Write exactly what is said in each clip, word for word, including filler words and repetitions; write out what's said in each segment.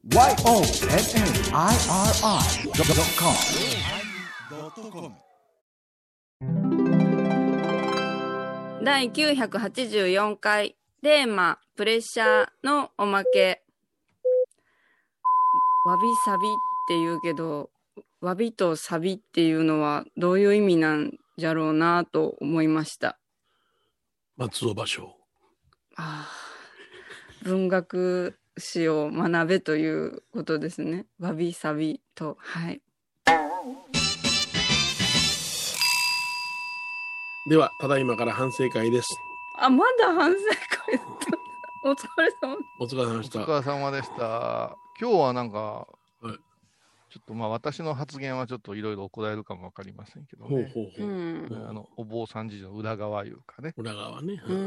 ワイオーエヌエヌアイアールアイドットコムだいきゅうひゃくはちじゅうよんかいテーマプレッシャーのおまけ。わびさびって言うけど、わびとさびっていうのはどういう意味なんじゃろうなと思いました。 松尾芭蕉。 ああ、文学史を学べということですね。わびさびと、はい。 ではただいまから反省会です。 あ、まだ反省会お疲れ様。 お疲れ様でした。 お疲れ様でした。今日はなんか、 はい、 ちょっとまあ私の発言はちょっといろいろ怒られるかもわかりませんけどね。 ほうほうほう、うん、 あのお坊さん事情の裏側いうかね。 裏側ね。 うん、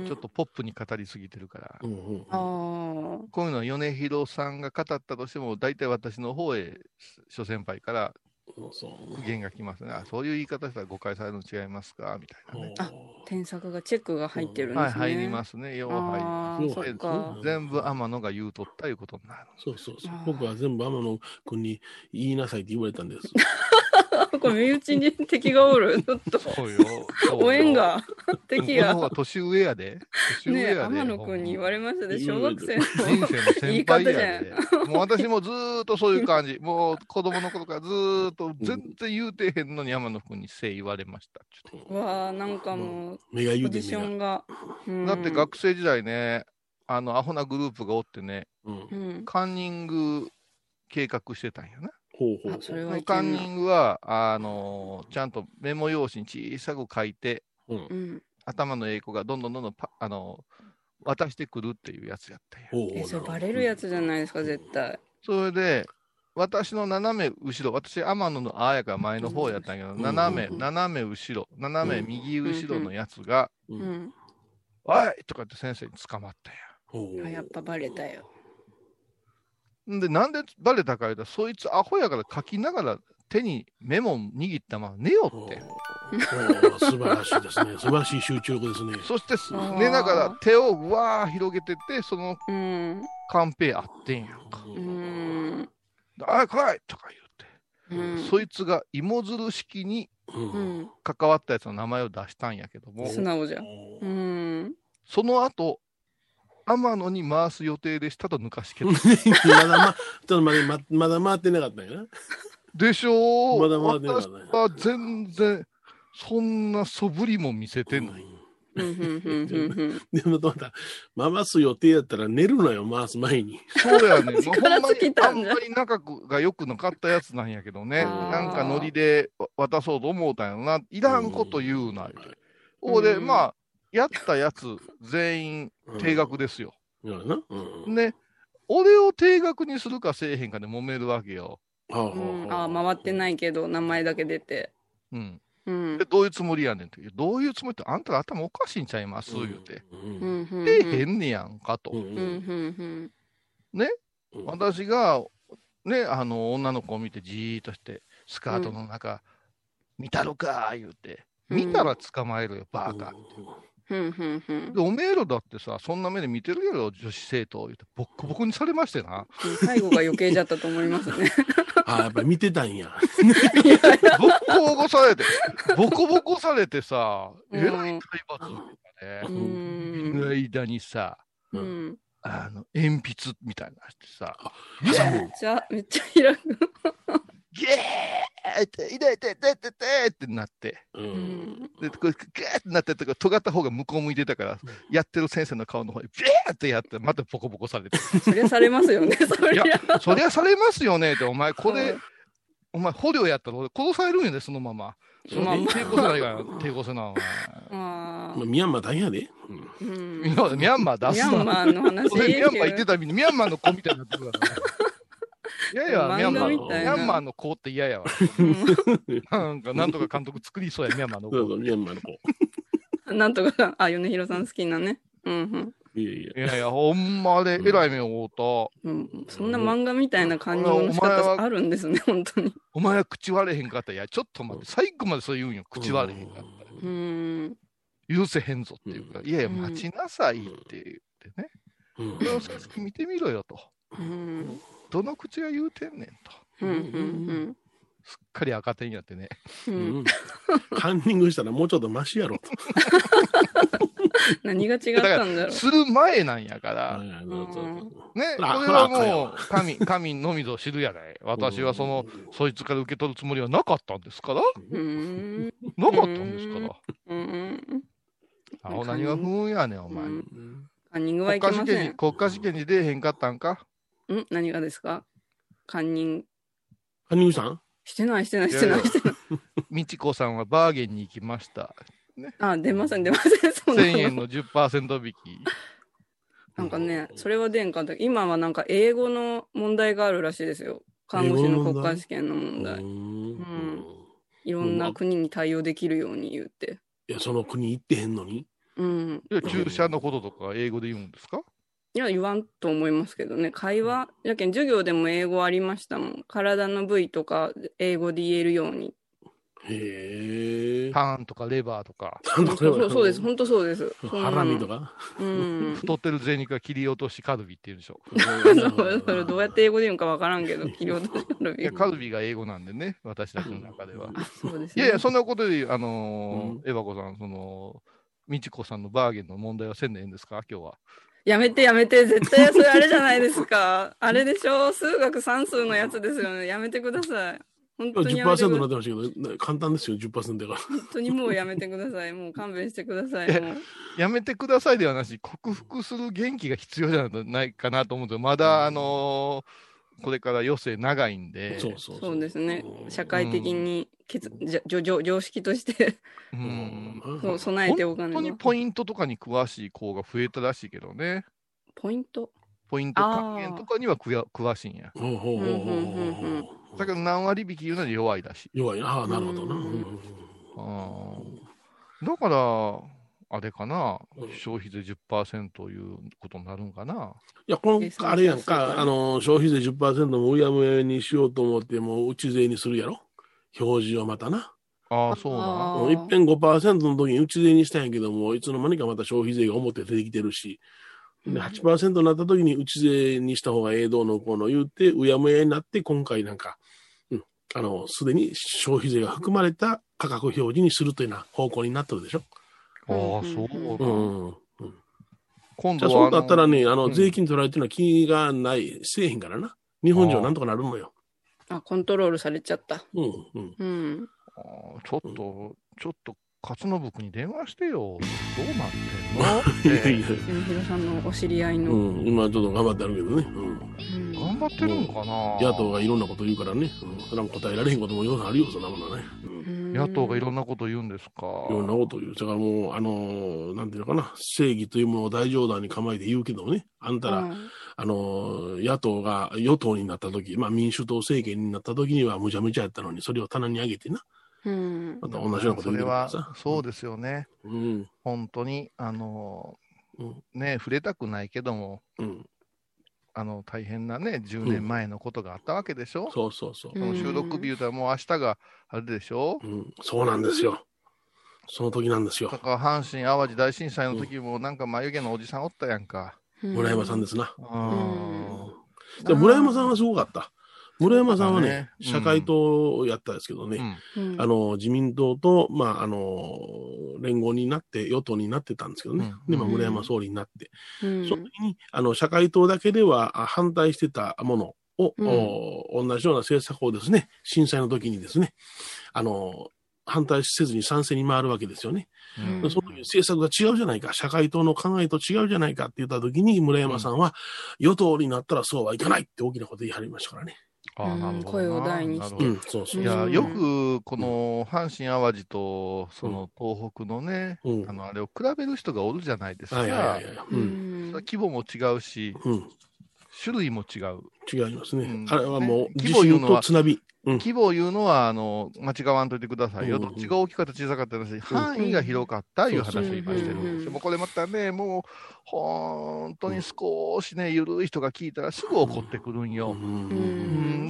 ちょっとポップに語りすぎてるから。 うんうんうん、 あこういうのは米広さんが語ったとしても、大体私の方へ諸先輩から苦言が来ますね。あ、そういう言い方したら誤解されるの違いますかみたいなね。 あ、添削がチェックが入ってるんですね。 はい、入りますね。よう入ります。 そっか。 全部天野が言うとったいうことになる。 そうそうそう。僕は全部天野君に言いなさいって言われたんです。 これ身内に敵がおる。ちょっと。 そうよ。 お縁が敵や。 この方が年上やで。年上やで。 ね、天野君に言われましたで、小学生の人生の先輩やで。もう私もずーっとそういう感じ。もう子供の頃からずーっと全然言うてへんのに天野君にせい言われました。 うわあ、なんかもう、 目が言うポジションが。 うん、だって学生時代ね、あのアホなグループがおってね、 うん、 カンニング計画してたんやな。 ほうほう。 それはカンニングはあのー、ちゃんとメモ用紙に小さく書いて、 うん、 頭の英語がどんどんどんどんパあのー、渡してくるっていうやつやったんや。 え、それバレるやつじゃないですか、絶対。 それで私の斜め後ろ、私天野のあやから前の方やったんやけど、うん、斜め斜め後ろ斜め右後ろのやつが「うん、おい!」とかって先生に捕まったんや。あ、やっぱバレたよ。 で、なんでバレたか言うと、そいつアホやから書きながら手にメモ握ったまま寝よって。 素晴らしいですね。素晴らしい集中力ですね。 そして寝ながら手をうわー広げてて、そのカンペあってんやんか。うん、あ、来いとか言うて、うん、そいつが芋づる式に関わったやつの名前を出したんやけども、 素直じゃん。うん、 その後天野に回す予定でしたと抜かしけた。 まだ、ま、ちょっとまだ、まだ回ってなかったんやな。 でしょう。 まだ回ってなかったね。 私は全然そんな素振りも見せてない。 でもまた回す予定やったら寝るのよ、回す前に。 そうやね。まあ、ほんまにあんまり仲が良くなかったやつなんやけどね。なんかノリで渡そうと思うたんやな。いらんこと言うな。ほ、うんで、まあ、やったやつ全員定額ですよ。 うんうん、 ね、俺を定額にするかせえへんかで揉めるわけよ。 うん、ああ、回ってないけど名前だけ出て。 うんうん、でどういうつもりやねんって。どういうつもりってあんたら頭おかしいんちゃいます、うん、言うて。で、へんねやんかと。うん、ね、うん、私が、ね、あの女の子を見てじーっとしてスカートの中、うん、見たろか言うて。見たら捕まえるよ、バーカって。でおめえらだってさ、そんな目で見てるやろ、女子生徒を言うてボッコボコにされましてな。 最後が余計じゃったと思いますね。 あ、やっぱり見てたんや。 ボッコボコされて、ボコボコされてさ、えらい体罰とかね、見る間にさ、うん、あの鉛筆みたいなしてさ、 めっちゃめっちゃ開く。 ゲーって痛い痛い痛い痛い痛いってなって、うん、でこれゲーってなってとか尖った方が向こう向いてたから、うん、やってる先生の顔の方にビーってやってまたボコボコされて。 そりゃされますよね。そりゃいやそりゃされますよねって。お前これ、うん、お前捕虜やったら俺殺されるんやで、そのまま。そのまま抵抗せないから抵抗せなお前。 まあ、ミャンマー大変やで。 うん、ミャンマー出すな。 ミャンマーの話。 ミャンマー行ってたらみんなミャンマーの子みたいになってくるからね。いやいや、ミャンマーの、ミャンマーの子って嫌やわ。なんか、なんとか監督作りそうや、ミャンマーの子。 そうそう、ミャンマーの子。 なんとか、あ、米広さん好きなね。うんうん。 いやいや。 いやいや、ほんまで、えらい目を負うた。 うん。そんな漫画みたいな感じの仕方あるんですね、本当に。 お前は口割れへんかった。いや、ちょっと待って、最後までそう言うんよ、口割れへんかった。 うん。 許せへんぞっていうか、いやいや、待ちなさいって言ってね。これを先見てみろよと。うん。 どの口が言うてんねんと。 うんうんすっかり赤点になってね。 うんうん、 カンニングしたらもうちょっとマシやろと。 何が違ったんだろう。 する前なんやから。ね、それはもう神、神のみぞ知るやない。私はその、そいつから受け取るつもりはなかったんですから。 うん、 なかったんですから。 うんうんあお何が不運やねん、お前。 カンニングはいけません。 国家試験に出えへんかったんか？ ん何がですか？カンニング。 カンニングさん？ してないしてないしてないしてない。 みちこさんはバーゲンに行きました。 ね、あ、出ません出ません。 そんなせんえんの じゅっパーセント 引き。 なんかね、それは出んかった。今はなんか英語の問題があるらしいですよ。看護師の国家試験の問題。うん。いろんな国に対応できるように言って。 いや、その国行ってへんのに。 うん。 いや、注射のこととか英語で言うんですか？ いや、言わんと思いますけどね。会話、やけん授業でも英語ありましたもん。体の部位とか英語で言えるように。 へえ。 ターンとかレバーとか。 そうそうです。本当そうです。 ハラミとか。 うん。 太ってる贅肉は切り落としカルビって言うんでしょ。 それどうやって英語で言うんかわからんけど、切り落としカルビ。 いや、カルビが英語なんでね、私たちの中では。 そうですね。 いやいや、そんなことで、あのー、エバコさん、その、みちこさんのバーゲンの問題はせんでええんですか、今日は。 やめてやめて、絶対それあれじゃないですか。あれでしょ、数学算数のやつですよね。やめてください。本当にじゅっパーセント になってましたけど、簡単ですよ、じゅっパーセント だから。 本当にもうやめてください。もう勘弁してください。もうやめてくださいではなし、克服する元気が必要じゃないかなと思うんですよ。まだ、あのー、これから余生長いんで。 そうそうそうですね。社会的に、うん、じゃ常常識としてうん、そう備えておかないと。 本当にポイントとかに詳しい子が増えたらしいけどね。 ポイントポイント還元とかには詳しいんや。だけど何割引き言うのに弱いらしい。 弱いな。ああ、なるほどな。 だから、あれかな、消費税 じゅっパーセント いうことになるんかな。 いや、この、あれやんか、あの、消費税 じゅっパーセント もうやむやにしようと思って、もう内税にするやろ。表示をまたな。 ああ、そうな。 いっぺん ごパーセント の時に内税にしたんやけども、いつの間にかまた消費税が表出てきてるし、で はちパーセント になった時に内税にした方がええどうのこうの言うて、うやむやになって、今回なんか、うん、あの、すでに消費税が含まれた価格表示にするというような方向になってるでしょ。 ああ、そうだ。 うんうん、 今度はそうだったらね、あの、税金取られてるのは気がない、せえへんからな。日本人はなんとかなるのよ。 あ、コントロールされちゃった。 うん、うん。 うん。 あちょっと、ちょっと、勝信君に電話してよ。どうなってんの？ いやいや。ひろさんのお知り合いの。 うん、今ちょっと頑張ってあるけどね。うん。 頑張ってるんかな。 野党がいろんなこと言うからね。うん。それは答えられへんこともよくあるよ、そんなものはね。 うん、野党がいろんなこと言うんですか。 いろんなこと言う。だからもう、あのー、なんていうのかな。正義というものを大冗談に構えて言うけどね。あんたら、うん、あのー、野党が与党になった時、まあ民主党政権になった時にはむちゃむちゃやったのに、それを棚に上げてな。 うん、 また同じようなこと言うからさ。 それはそうですよね。うん、本当に、あのー、うん、ね、触れたくないけども、うん、あの大変なね、じゅうねんまえのことがあったわけでしょ。うん、 そうそうそう。この収録日言うたらもう明日があれでしょ。 うん、そうなんですよ。その時なんですよ。 だから阪神・淡路大震災の時もなんか眉毛のおじさんおったやんか。 うん、村山さんですな。 うん。 で村山さんはすごかった。村山さんはね、ねうん、社会党をやったんですけどね、うん、あの、自民党と、まあ、あの、連合になって、与党になってたんですけどね。うん、で、まあ、村山総理になって、うん、その時に、あの、社会党だけでは反対してたものを、うん、同じような政策をですね、震災の時にですね、あの、反対せずに賛成に回るわけですよね。うん、その政策が違うじゃないか、社会党の考えと違うじゃないかって言った時に、村山さんは、与党になったらそうはいかないって大きなこと言い張りましたからね。 あなるほど声を大にして。 うんそうそういや、よくこの阪神・淡路とその東北のね、うん、あのあれを比べる人がおるじゃないですか。規模も違うし、うん、種類も違う。 違いますね。うん、あれはもう規模言うのは津波。 うん、規模を言うのはあの間違わんといてくださいよ、うんうん、どっちが大きかった小さかったし、範囲が広かったいう話を今してるんですよ。もうこれまたね、もう本当に少しね、緩い人が聞いたらすぐ怒ってくるんよ。うんうん、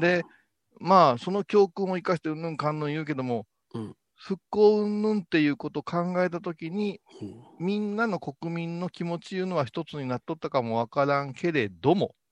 で、まあその教訓を生かしてうんぬんかんぬん言うけども、うん、復興うんぬんっていうことを考えたときに、うん、みんなの国民の気持ちいうのは一つになっとったかもわからんけれども、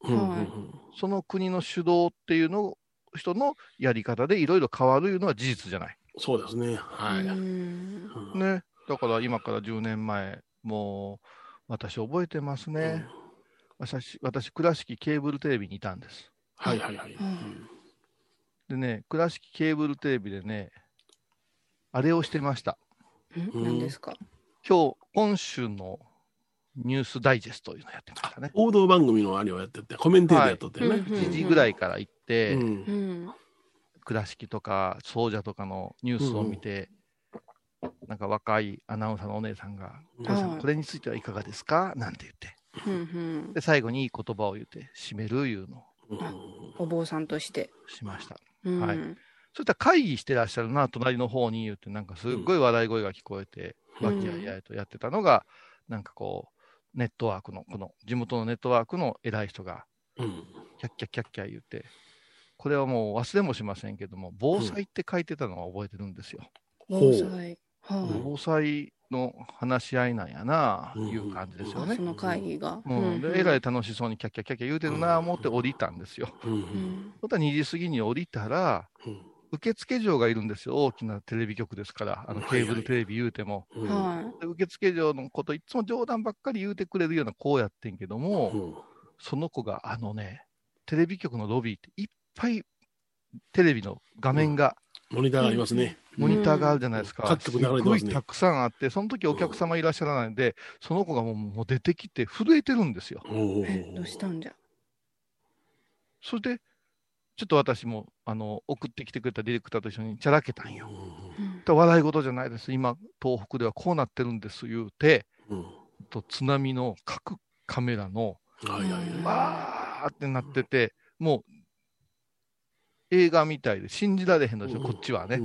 うん、その国の主導っていうの人のやり方でいろいろ変わるのは事実じゃない。 そうですね。はい。 ね、だから今からじゅうねんまえ、もう私覚えてますね。うん、私、私、倉敷ケーブルテレビにいたんです。 はいはいはい。 でね、倉敷ケーブルテレビでね、あれをしてました。 何ですか？ 今日、今週のニュースダイジェストというのをやってましたね。 報道番組のあれをやってて、コメンテーターやっとってね。はい、 いちじぐらいから行って、うん、倉敷とか総社とかのニュースを見て、うん、なんか若いアナウンサーのお姉さんが、うん、これについてはいかがですかなんて言って、うん、で最後にいい言葉を言って締めるいうのを、 うん、お坊さんとしてしました。うん、はい。そういった会議してらっしゃるな、隣の方に言って、なんかすっごい笑い声が聞こえて、和気あいあいとやってたのが、なんかこう、ネットワークの、この地元のネットワークの偉い人が、キャッキャッキャッキャ言って、これはもう忘れもしませんけども、防災って書いてたのは覚えてるんですよ。 防災。 防災の話し合いなんやな、いう感じですよね。 その会議が。 うん。で、えらい楽しそうにキャッキャッキャッキャ言うてるな、思って降りたんですよ。そしたらにじ過ぎに降りたら、受付嬢がいるんですよ。大きなテレビ局ですから、あのケーブルテレビ言うても。はい、受付嬢のこといつも冗談ばっかり言うてくれるような子やってんけども、うん、その子があのね、テレビ局のロビーっていっぱいテレビの画面が、 うん、モニターがありますね。 モニターがあるじゃないですか。うん、すごいたくさんあって、その時お客様いらっしゃらないんで、その子がもう、もう出てきて震えてるんですよ。 え、どうしたんじゃ。 それで、ちょっと私もあの送ってきてくれたディレクターと一緒にちゃらけたんよ。うん、笑い事じゃないです。今、東北ではこうなってるんです言うて、うん、と津波の各カメラの、わーってなってて、もう映画みたいで信じられへんのですよ、こっちはね。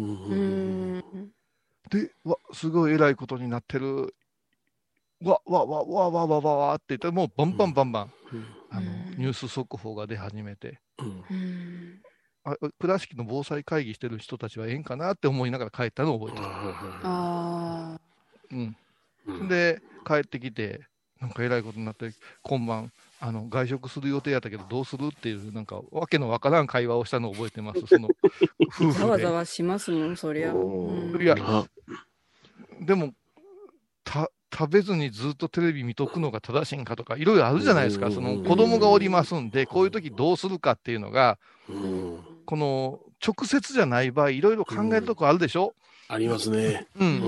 で、わ、すごい偉いことになってる。わ、わ、わ、わ、わ、わ、わ、わって言って、もうバンバンバンバン、うん、あのニュース速報が出始めて。うんあ倉敷の防災会議してる人たちはええんかなって思いながら帰ったのを覚えてる。あうんうん、で帰ってきてなんかえらいことになって今晩あの外食する予定やったけどどうするっていうなんかわけのわからん会話をしたのを覚えてます。その夫婦でざわざわしますもんそりゃ。うん、 いやでもた食べずにずっとテレビ見とくのが正しいんかとかいろいろあるじゃないですか。その子供がおりますんでこういう時どうするかっていうのがこの直接じゃない場合いろいろ考えるとこあるでしょ、 うん、ありますね、 うんうん、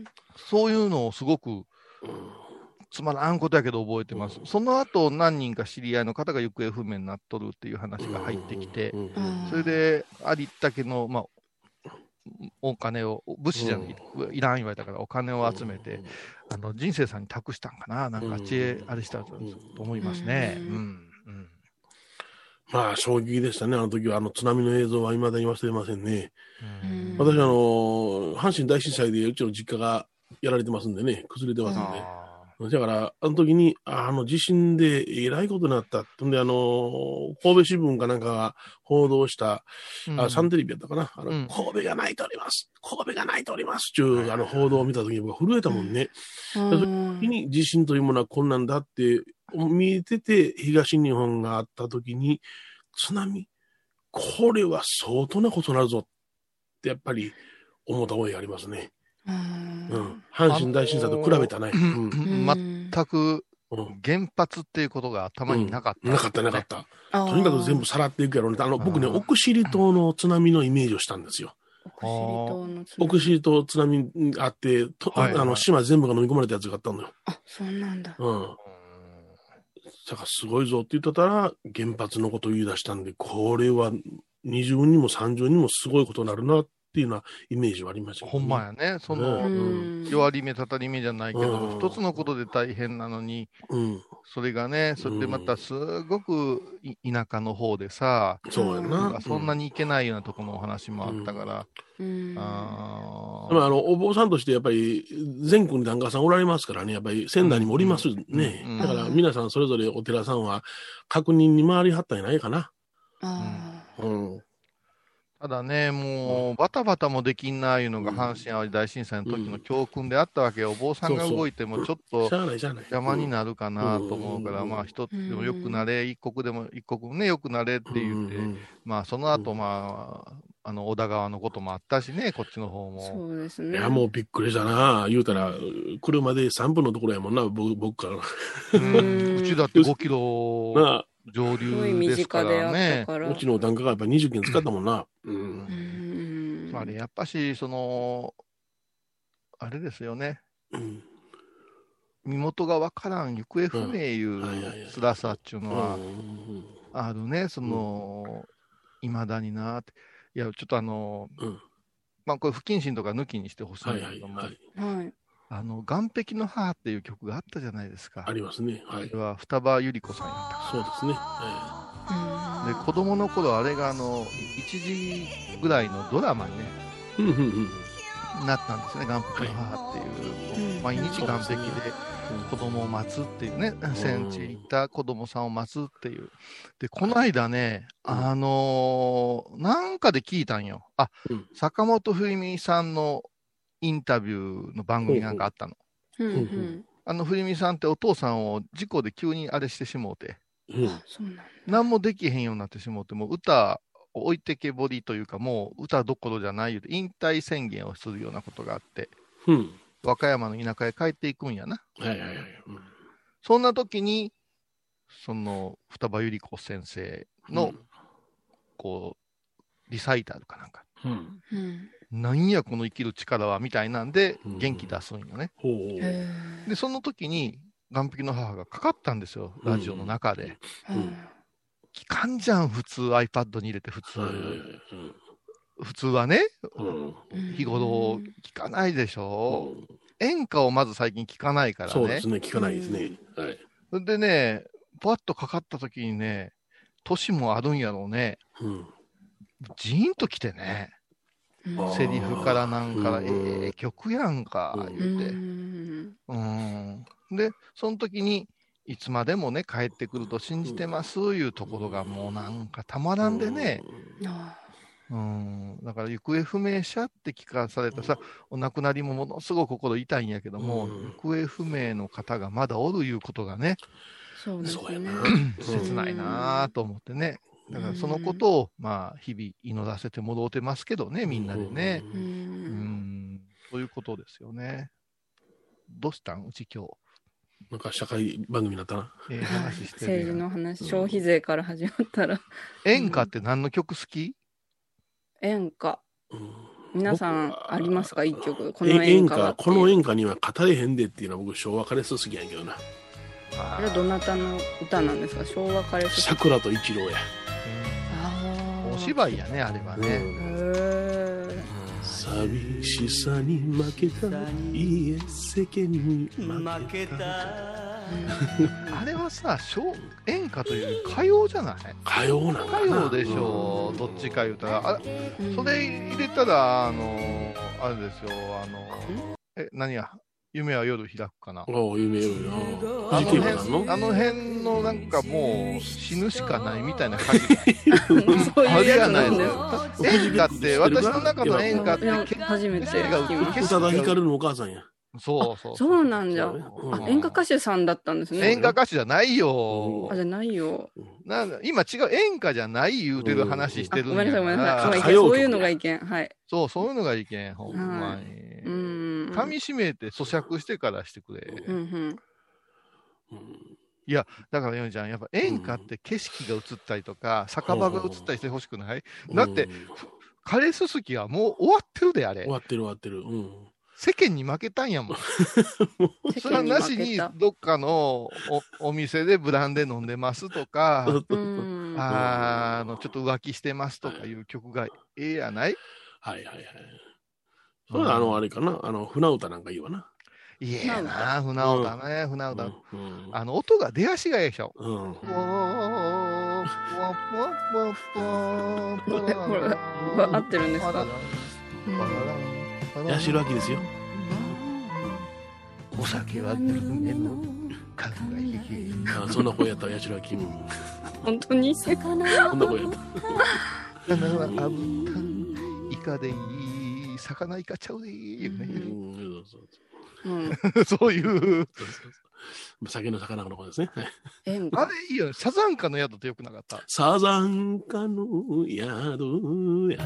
そういうのをすごくつまらんことやけど覚えてます。その後何人か知り合いの方が行方不明になっとるっていう話が入ってきてそれでありったけのまあお金を物資じゃない、うん、いらん言われたからお金を集めて、うん、あの人生さんに託したんかななんか知恵あれしたと思いますね、うんうんうん、 まあ衝撃でしたねあの時はあの津波の映像は未だに忘れませんね、うん、私あの阪神大震災でうちの実家がやられてますんでね崩れてますんでだからあの時にあの地震でえらいことになったんであの神戸新聞かなんかが報道した、うん、あサンテレビやったかなあの、うん、神戸が泣いております神戸が泣いておりますっていうあの報道を見た時に僕は震えたもんね、うん、その時に地震というものはこんなんだって見えてて東日本があった時に津波これは相当なことになるぞってやっぱり思った覚えがありますね。うん、阪神大震災と比べたね、うん全く原発っていうことが頭になかった、 ねうん、なかったなかったとにかく全部さらっていくやろうねあの僕ね奥尻島の津波のイメージをしたんですよ。奥尻島津波あってと、はいはい、あの島全部が飲み込まれたやつがあったのよ。 あそうなんだ、 うん、だからすごいぞって言ってたら原発のことを言い出したんでこれは二重にも三重にもすごいことになるなっていうようなイメージはありました、ね、 ほんまやね。その、うん、弱り目たたり目じゃないけど、うん、一つのことで大変なのに、うん、それがね、それでまたすごく田舎の方でさ、 そうやな。 そんなに行けないようなところのお話もあったから。 うん、ああのお坊さんとしてやっぱり全国に檀家さんおられますからね、やっぱり仙台にもおりますね、うんうんうん。だから皆さんそれぞれお寺さんは確認に回りはったんやないかな。あうんただね、もう、バタバタもできんないうのが阪神・淡路大震災の時の教訓であったわけよ。お坊さんが動いてもちょっと邪魔になるかなと思うから、まあ、一つでもよくなれ、一国でも一国ね、よくなれって言って、まあ、その後、まあ、あの、小田川のこともあったしね、こっちの方も。 そうですね。 いや、もうびっくりしたな。言うたら、車でさんぷんのところやもんな、僕僕から。 うちだってごキロ。な上流ですからね。 うちの檀家がやっぱりにじゅっけん使ったもんな。 うん。あれ、やっぱし、その、あれですよね。うん、身元がわからん、行方不明いう辛さっていうのは、あるね、その、いまだになって。いや、ちょっとあの、うん、まあ、これ不謹慎とか抜きにしてほしいんだけども、あの、岸壁の母っていう曲があったじゃないですか。 ありますね。 はい。それは双葉百合子さんやったそうですね。はい。で、子供の頃、あれがあの、いちじぐらいのドラマにね、なったんですね。岸壁の母っていう、毎日岸壁で子供を待つっていうね、戦地へ行った子供さんを待つっていう。で、この間ね、あのー、なんかで聞いたんよ。あ、うん、坂本冬美さんのインタビューの番組なんかあったの。うんうん、あの冬美さんってお父さんを事故で急にあれしてしもうて、うん、何もできへんようになってしもうて、もう歌を置いてけぼりというか、もう歌どころじゃないよ、引退宣言をするようなことがあって、うん、和歌山の田舎へ帰っていくんやな。はいはいはい、うん、そんな時に、その双葉百合子先生の、うん、こう、リサイタルかなんか。うんうん、なんやこの生きる力はみたいなんで元気出すんよね。うん、でその時に岸壁の母がかかったんですよ、ラジオの中で。うんうん、聞かんじゃん普通 iPad に入れて普通、うん、普通はね、うん、日頃聞かないでしょ、うん、演歌をまず最近聞かないからね。 そうですね、聞かないですね。うん、はい。 それでね、パッとかかった時にね、年もあるんやろうね。うん、ジーンときてね。セリフからなんから、ええ曲やんか、言うて。うん。で、その時に、いつまでもね、帰ってくると信じてます、いうところがもうなんかたまらんでね。うん。だから、行方不明者って聞かされたさ、お亡くなりもものすごく心痛いんやけども、行方不明の方がまだおるいうことがね、 そうですね。 切ないなぁと思ってね。だからそのことを、まあ、日々祈らせてもろうてますけどね、みんなでね。うん。うん。そういうことですよね。どうしたんうち今日。 なんか社会番組になったな。 ええ話してる。 政治の話、消費税から始まったら。 演歌って何の曲好き？ 演歌。皆さんありますか？一曲。 この演歌。この演歌には語れへんでっていうのは僕、昭和カレス好きやけどな。 あれはどなたの歌なんですか？昭和カレス。 桜と一郎や。 お芝居やね、あれはね。 寂しさに負けた、いいえ、世間に負けた。 あれはさ、演歌という歌謡じゃない？ 歌謡なんかな。歌謡でしょう、どっちか言うたら。あ、それ入れたら、あの、あれですよ、あの、え、何や。夢は夜開くかな。 ああ、夢夜な。 あの辺の、あの辺のなんかもう死ぬしかないみたいな感じ。あれじゃないですか。演歌って、私の中の演歌って、 初めて宇多田ヒカルのお母さんや。 そうそう。 そうなんじゃ。演歌歌手さんだったんですね。 演歌歌手じゃないよ。 あ、じゃないよ。 なん今違う、演歌じゃない言うてる話してるんだ。 ごめんなさい、ごめんなさい。そういうのが意見。はい。 そう、そういうのが意見、ほんまに。うん。噛み締めて咀嚼してからしてくれ。うん。いや、だから、ヨネちゃん、やっぱ演歌って景色が映ったりとか、酒場が映ったりしてほしくない？だって、カレーすすきはもう終わってるで、あれ。 終わってる終わってる。うん。 世間に負けたんやもん。それはなしにどっかの お, お店でブランデー飲んでますとか、あ, あのちょっと浮気してますとかいう曲がええやない？ はいはいはい。それはあのあれかな、あの船歌なんかいいわな。 いいやな、船歌ね、船歌。あの音が出足がええでしょ。うん。これ合ってるんですか？ 八代亜紀ですよ。 お酒はぬるめの考え。 あ、そんな声やった八代亜紀。 本当に？ そんな声やった。 花はあぶったカでいい、魚イカちゃうでいいよね。 うん、 そういう。 酒の魚の子ですね。 あれいいよね。サザンカの宿ってよくなかった？ サザンカの宿や。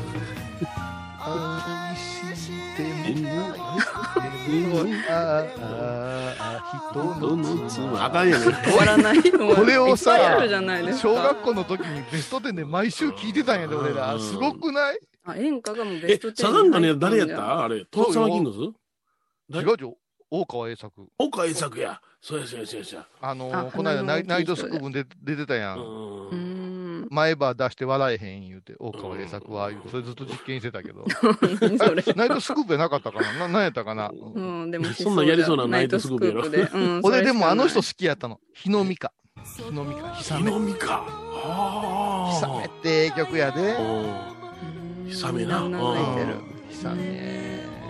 愛してもああ人のつまあかんやね。 終わらない。 これをさ、 小学校の時にベストテンで毎週聞いてたんやで俺ら。すごくない？ あ、演歌がもうベストテン。 サザンカの誰やったあれ？トーサマキングス？ 違うよ。大川栄作。 大川栄作や。そうやそうやそうや。 あのー、この間ナイ、ナイトスクープで出てたやん。ん前歯出して笑えへん言うて、大川栄作は言うて、それずっと実験してたけど。ナイトスクープやなかったかなな、なんやったかなうん、でもそんなんやりそうなナイトスクープやろ。 でうん、 俺でもあの人好きやったの。日の美香。日の美香。 日の美香。 ひさめってええ曲やで。 ひさめな。 ひさめ。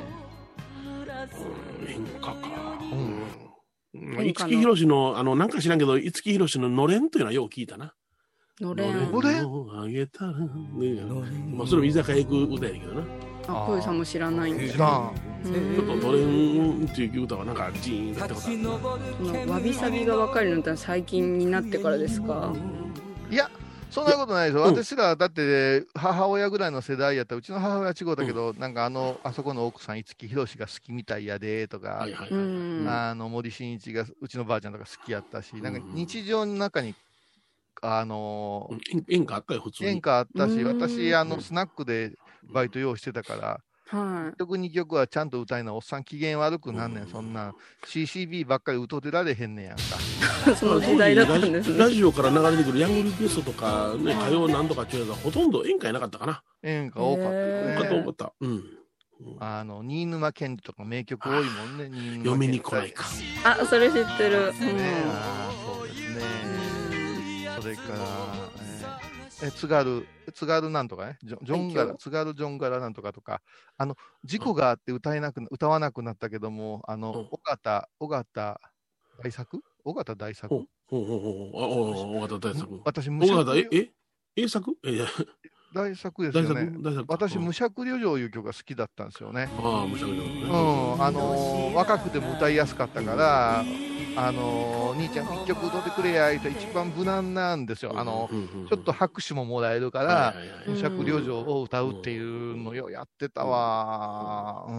演歌か。五木ひろしの、あの、なんか知らんけど、五木ひろしののれんというのはよう聞いたな。 のれん。 のれんあげたら、ね。まあ、それも居酒屋行く歌やけどな。 あ、こういうさんも知らないんだ。 知らん。 ちょっとのれんっていう歌はなんかジーンってことある。わびさびが分かるのって最近になってからですか？ いや、そんなことないですよ。私ら、だって、母親ぐらいの世代やったら、うちの母親は違うだけど、なんかあの、あそこの奥さん、五木ひろしが好きみたいやで、とか、あの、森進一が、うちのばあちゃんとか好きやったし、なんか日常の中に、あの、 演歌あったよ、普通に。 演歌あったし、私、あの、スナックでバイト用意してたから、 はい、 いっきょくにきょくはちゃんと歌いな、おっさん機嫌悪くなんねん、そんな シーシービー ばっかり歌ってられへんねんやんか。 その時代だったんですね。 ラジオから流れてくるヤングリクエストとか、ね、歌謡なんとかっていうのはほとんど演歌やなかったかな。 演歌多かったよね。 多かった。うん。 あの新沼謙治とか名曲多いもんね。新沼嫁に来ないか。 あ、それ知ってる。 ね、あ、そうですね。それから。え津軽、津軽なんとかね、ジョジョンガラ、津軽ジョンガラなんとかとか、あの事故があって歌えなく歌わなくなったけども、あの尾形、尾形大作、尾形大作。 ほうほうほうほう、尾形大作。 私無作。ええ英作？え大作ですよね。私無尺旅情いう曲が好きだったんですよね。 ああ、無尺旅情。 うん、あの若くても歌いやすかったから。あの兄ちゃん一曲歌ってくれやいと一番無難なんですよ。あのちょっと拍手ももらえるから無尺旅情を歌うっていうのをやってたわ。うん、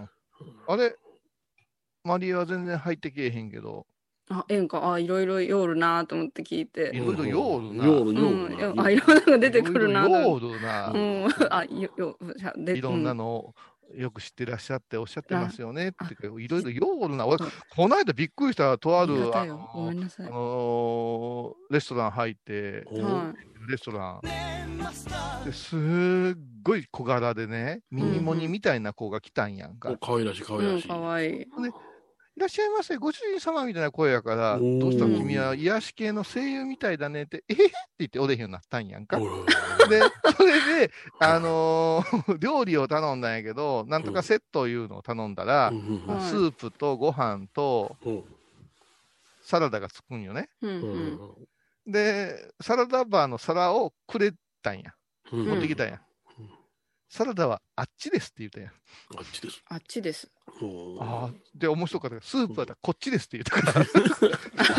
あれマリエは全然入ってけえへんけど。 あ、演歌、あ、いろいろよるなと思って聞いて。 いろいろよるな。 よるよる。あ、いろんなのが出てくるな。 よるな。 うん、あ、よよいろんなの。よく知ってらっしゃっておっしゃってますよねっていろいろよるな。俺この間びっくりしたとあるあのレストラン入ってレストランですっごい小柄でねミニモニみたいな子が来たんやんか。 可愛らしい可愛らしい。 可愛い。 いらっしゃいませ、ご主人様みたいな声やから、どうしたの君は癒し系の声優みたいだねって、えへへって言っておれへんようになったんやんか。で、それで、あのー、料理を頼んだんやけど、なんとかセットいうのを頼んだら、うん、スープとご飯とサラダがつくんよね。うん、で、サラダバーの皿をくれたんや。うん、持ってきたんや。サラダはあっちですって言ったやん。 あっちです。 あっちです。 ああ、で、面白かったけど、スープだったらこっちですって言ったから、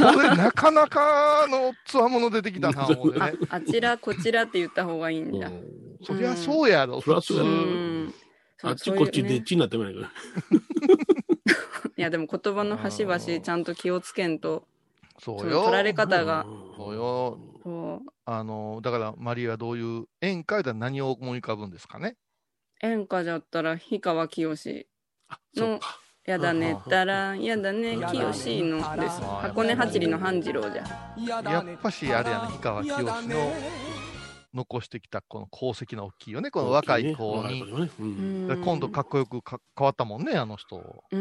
これなかなかのつわもの出てきたな、思うてね。 あちらこちらって言った方がいいんだ。 そりゃそうやろ、 普通。あっちこっちでっちになってもないから。 いや、でも言葉の端々ちゃんと気をつけんと。 そうよ。 取られ方が。 そうよ。あの、だからマリーはどういう演歌で何を思い浮かぶんですかね。 演歌だったら氷川きよしの「やだねったらやだねきよし」のです。箱根八里の半次郎じゃ。 やっぱしあれやね、氷川きよしの残してきたこの功績の大きいよね、この若い子に。今度かっこよくか変わったもんね、あの人。 うん、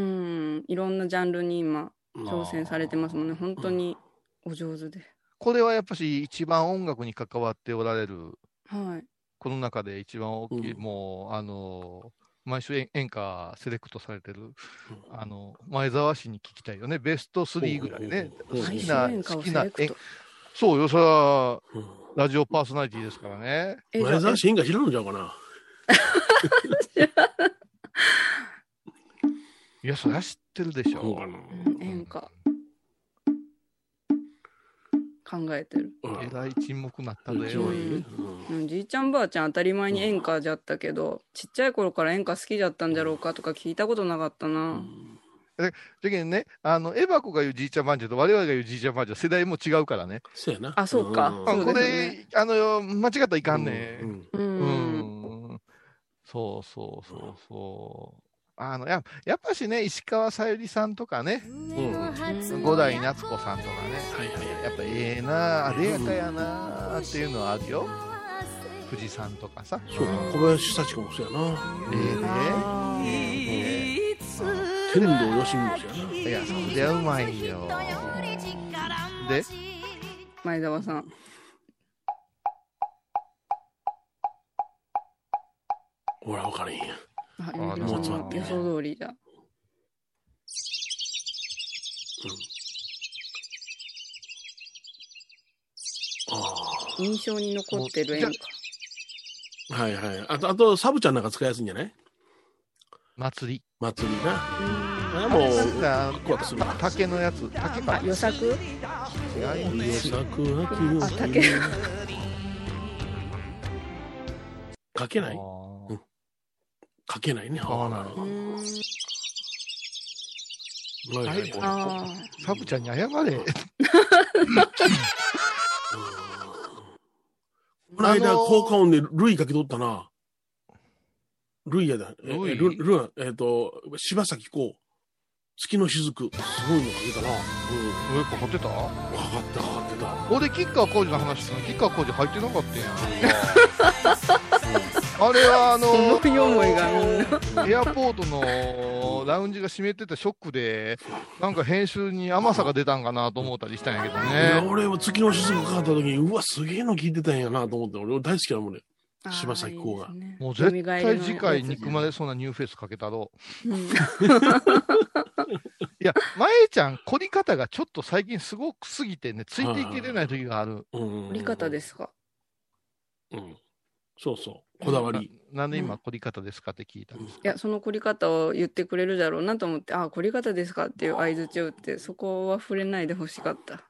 いろんなジャンルに今挑戦されてますもんね。本当にお上手で。 これはやっぱし一番音楽に関わっておられる。 はい。この中で一番大きい、うん、もうあの毎週演歌セレクトされてる、うん、あの前澤氏に聞きたいよね。ベストスリーぐらいね。好きな好きな演そうよ、それは、うん、ラジオパーソナリティですからね。 前澤氏演歌知らんのちゃうかな。 いや、そりゃ知ってるでしょ。 そうかな。 うん演歌。考えてる。 えらい沈黙になったで。 一番いいね。 うん、じいちゃんばあちゃん当たり前に演歌じゃったけど、ちっちゃい頃から演歌好きじゃったんじゃろうかとか聞いたことなかったな。 だけどね、あの、エバコが言うじいちゃんばあちゃんと我々が言うじいちゃんばあちゃん、世代も違うからね。 そうやな。 あ、そうか。 んそうこですね。 れ、あの、間違ったらいかんね。 うんう。 うんん。そうそうそうそう。あの、や、やっぱしね、石川さゆりさんとかね、 うん五代夏子さんとかね、 はいはい。 やっぱええな、あでやかやなっていうのはあるよ。富士山とかさ。 そうか、小林幸子もそうやな。 ええで。 あーええ天童よしみもそうやな。 いや、そりゃうまいよ。で、 前澤さん。 ほら、分からへんや。 あ、 あ米もう広さんの予想通りじゃ。 あ印象に残ってる演歌。 あ。はいはい。あと、あと、サブちゃんなんか使いやすいんじゃない祭り。 祭りな。ああもう、 なんかこうやってするた竹のやつ、竹かあ、。予作違い予ます。 作秋のあ、竹。 書けないあー書けないね。 あーなるほうーん。 ど。はいはい最後あサブちゃんに謝れ。 この間、 あのー効果音でルイかけとったな。ルイやだ。えルイルルはえっ、と、柴咲コウ。月の雫。すごいのかけたな。うん。 どうかかってたかかってかかってた。 俺、吉川晃司の話したの、吉川晃司入ってなかったやん。あれは、ああ。思の、 い思いがみんな。 エアポートのラウンジが閉めてたショックで、なんか編集に甘さが出たんかなと思ったりしたんやけどいやね。 俺も月の雫かかった時に、うわ、すげえの聞いてたんやなと思って、俺大好きなもんね。柴咲コウがあーいいですねもう絶対次回蘇りのやつ憎まれそうなニューフェイスかけたろう。 うんいや、まえちゃん、凝り方がちょっと最近すごくすぎてね、ついていけれない時がある。 うん。 売り方ですか。 うん。そうそう。こだわり。 ななんで今、凝り方ですかって聞いたんですいや、その凝り方を言ってくれるだろうなと思って、あ、凝り方ですかっていう相づちを打って、そこは触れないでほしかった。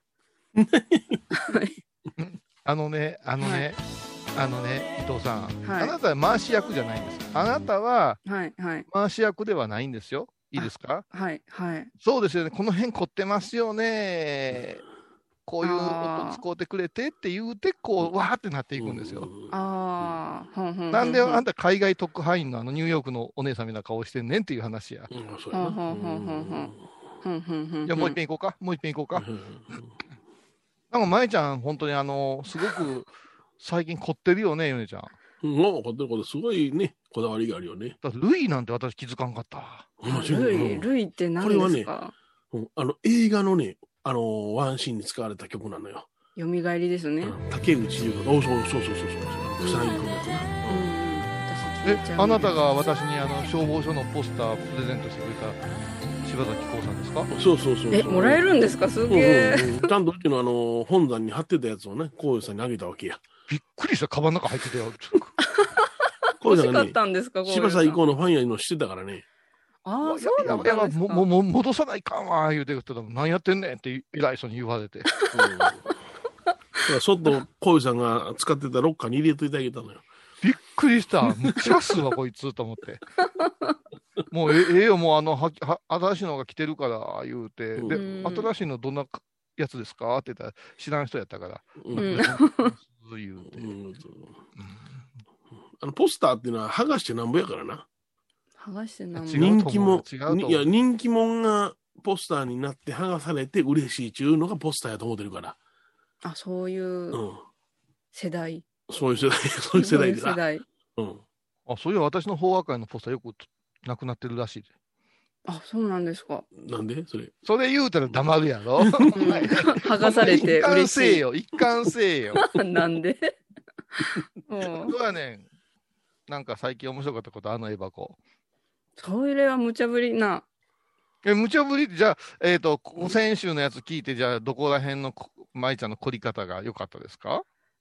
あのね、あのね、あのね、伊藤さん、 はいあなたは回し役じゃないんです。あなたははい、はい、 回し役ではないんですよ。いいですか？ はい、はい。 そうですよね、この辺凝ってますよね。こういう音使うてくれてって言うて、こう、わーってなっていくんですよ。 ああ、ほんほんほんほん。 なんであんた海外特派員のあのニューヨークのお姉さんみたいな顔してんねんっていう話や。 うん、そうやな。 ほんほんほんほんほん。ふんふんふん。 じゃあもう一遍行こうか。もう一遍行こうか。 うんなんか、まえちゃん、本当にあの、すごく最近凝ってるよね、ヨネちゃん。 うん、もうこってることすごいね、こだわりがあるよね。 だってルイなんて私気づかんかったわ。 面白いルイ、 うんルイって何これはねですか？ うんあの、映画のね、あの、ワンシーンに使われた曲なのよ。 よみがえりですね。 うん竹内優子の、おそうそうそうそうそうそう。草薙君のやつな。 うん、私聞えいちゃう。 あなたが私にあの消防署のポスタープレゼントしてくれた柴咲コウさんですか？ そうそうそうそう。 え、もらえるんですか？すうんげえ。 うんうんちゃんとうちのあの、本山に貼ってたやつをね、こういうさんにあげたわけや。 びっくりした、カバンの中入ってたよ。 こういうさんがね欲しかっ、たんですか？こういうの柴咲コウのファンやの知ってたからね。 ああ、そうなんやばいやばいですか。 ももも戻さないかんわ、言うて言ってたの何やってんねんって偉い人に言われて。 うんだからそっとこういうさんが使ってたロッカーに入れといてあげたのよ。 びっくりした。むちゃすわ、こいつと思って。もうえええよ、もうあのはは新しいのが来てるから言うて、で、 うん新しいのどんなやつですかって言ったら、知らん人やったから、 うんうん言うて。 うんあのポスターっていうのは剥がしてなんぼやからな。 剥がしてなんぼ違う人気も違うと思ういや人気者がポスターになって剥がされて嬉しいっていうのがポスターやと思ってるから。 あ、そういううん。 世代。 そういう世代、そういう世代でさ。 そういう世代。 うん。 あ、そういや私の法話会のポスターよくなくなってるらしいで。 あ、そうなんですか。 なんでそれ。 それ言うたら黙るやろ。 うん剥がされて一貫嬉しい。 せえよ、一貫せえよ。 なんでうんそうやねん。なんか最近面白かったことあのエバコ。 それは無茶ぶりな。 え、無茶ぶりって、じゃあ、えっ、と、先週のやつ聞いて、じゃあ、どこら辺のこ舞ちゃんの凝り方が良かったですか？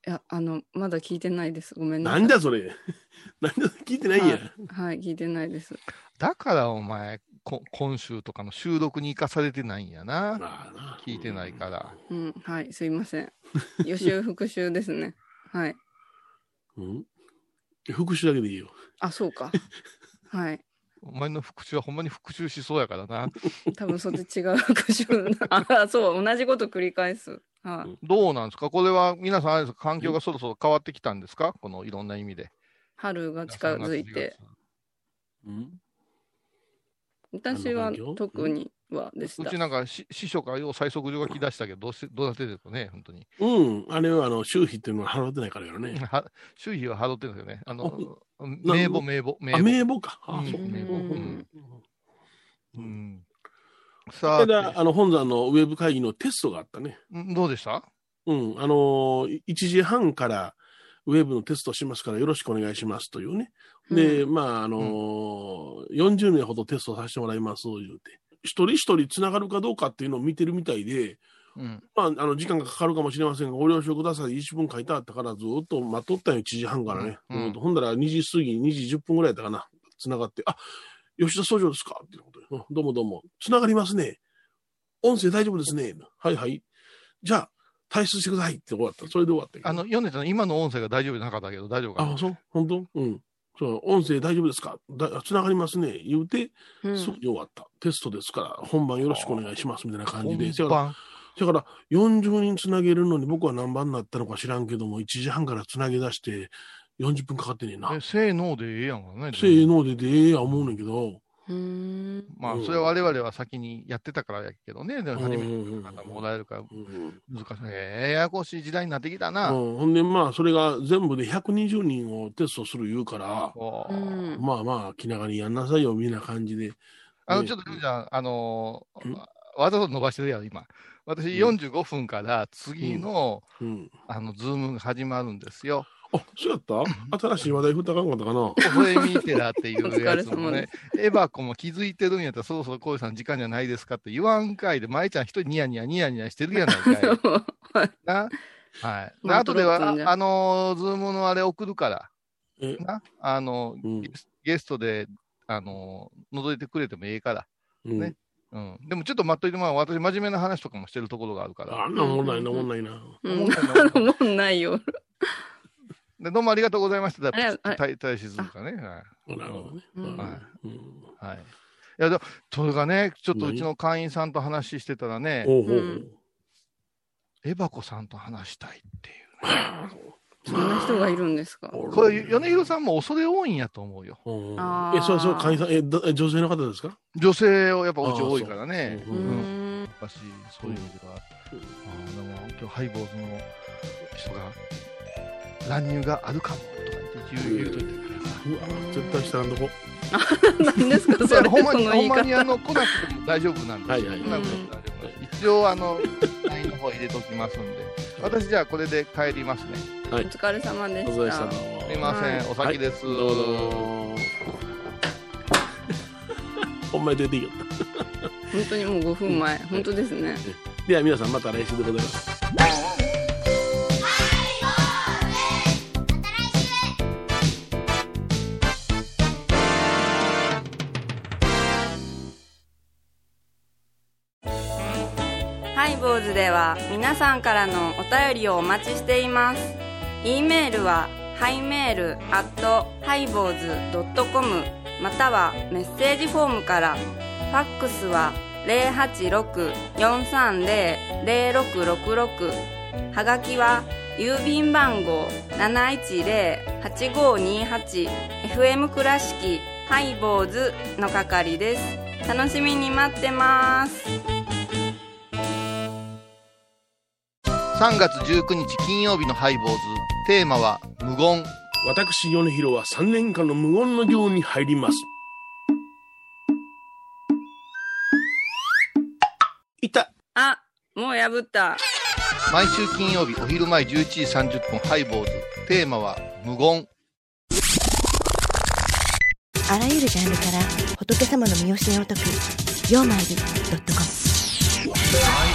や、あの、まだ聞いてないです。ごめんなさい。 なんだそれ。なんだ聞いてないんや。 はい、はい、聞いてないです。 だからお前、こ今週とかの収録に生かされてないんやな。な聞いてないから。 うん、はい、すいません。予習復習ですね。はい。 うん、復習だけでいいよ。 あ、そうか。はい。 お前の復習はほんまに復習しそうやからな。 多分それ違う復習。あ、そう、同じこと繰り返す。はい、どうなんですかこれは皆さんあれですか、環境がそろそろ変わってきたんですか、このいろんな意味で。 春が近づいて。うん、私は特にはでした。 うちなんか師匠からよう催促状が来だしたけど、どうしてどうなってるとね、本当に。 うん、あれはあの収費っていうのは払ってないからよね。 収費は払ってるんですよね。あの名簿、名簿、 名簿。名簿か。あ、そう。 名簿。うん。 さあ、あの本山のウェブ会議のテストがあったね。 どうでした？ うん、あのいちじはんからウェブのテストしますからよろしくお願いしますというね。で、うん、まあ、あのーうん、よんじゅうめいほどテストさせてもらいますと言うて、一人一人つながるかどうかっていうのを見てるみたいで、うん、まあ、あの、時間がかかるかもしれませんが、ご了承ください。いっぷん書いてあったから、ずっと待っとったよ、いちじはんからね。うんうん、ほんだらにじ過ぎ、にじじゅっぷんぐらいだったかな。つながって、あ、吉田総長ですかっていうことで、うん、どうもどうも。つながりますね。音声大丈夫ですね。はいはい。じゃあ、退出してくださいって終わった。それで終わったけど。 あの、読んでたの今の音声が大丈夫じゃなかったけど、大丈夫かな。 あ、そう本当うん。そう、音声大丈夫ですかだつながりますね。言うて、うん、すぐに終わった。テストですから、本番よろしくお願いしますみたいな感じで。 本番だからよんじゅうにんつなげるのに僕は何番になったのか知らんけども、いちじはんからつなげ出してよんじゅっぷんかかってねえな。 え、せーのでええやんかね。 せーのででええや思うねんけど。 うーんまあ、それは我々は先にやってたからやけどね。でも初めての方もらえるから難しい。ややこしい時代になってきたな。 うん、ほんで、まあ、それが全部でひゃくにじゅうにんをテストする言うから、まあまあ、気長にやんなさいよ、みんな感じで。 あの、ちょっと、じゃあ、あのー、わざと伸ばしてるやん、今。私、よんじゅうごふんから次の、うんうん、あの、ズームが始まるんですよ。 あ、そうやった新しい話題振ったかんかったかな微笑みテラっていうやつもね、エバコも気づいてるんやったら、そろそろ小井さん時間じゃないですかって言わんかいで、舞ちゃん一人ニヤニヤニヤニヤしてるやないかい。なはい。で、後では、あ、あのー、ズームのあれ送るから、なあの、うん、ゲストで、あのー、覗いてくれてもええから、うん、ね。うん、でもちょっと待っといてもらう。私、真面目な話とかもしてるところがあるから。 あんなもんないな、もんないな。 もんないよ。 でどうもありがとうございました。大大志かね。 なるほどね。 はい。いや、でそれがね、ちょっとうちの会員さんと話してたらね、エバコさんと話したいっていうね。 そんな人がいるんですか。 これ、米広さんも恐れ多いんやと思うよ。 え、そうそう、会員さん、え、女性の方ですか？ 女性をやっぱうち多いからね。うん。やっぱし、そういう意味では。あでも、今日ハイボーズの人が、乱入があるかもとか言って言うといてください。 うわ、絶対したらんとこ。 何ですかそれ。 ほんまにほんまにあの来なくても大丈夫なんで。はいはい。来なくても大丈夫です。一応あのラインの方入れときますんで。私じゃあこれで帰りますね。 はい。お疲れ様でした。 お疲れ様。 すみません、お先です。どうぞ。 ほんまに出ていいよ。 本当にもうごふんまえ、本当ですね。 では皆さんまた来週でございます。 ハイボーズでは皆さんからのお便りをお待ちしています。 E メールはハイメールアットハイボーズドットコムまたはメッセージフォームから。ファックスは ゼロはちろく よんさんゼロ ゼロろくろくろく はがきは郵便番号 なないちゼロ はちごにはち エフエム 倉敷ハイボーズの係です。楽しみに待ってます。 さんがつじゅうくにち金曜日のハイボーズ、テーマは無言。 私米広はさんねんかんの無言の行に入ります。いた。 あ、もう破った。 毎週金曜日お昼前じゅういちじさんじゅっぷんハイボーズ、テーマは無言。 あらゆるジャンルから仏様の身教えを解く曜マイルドットコム。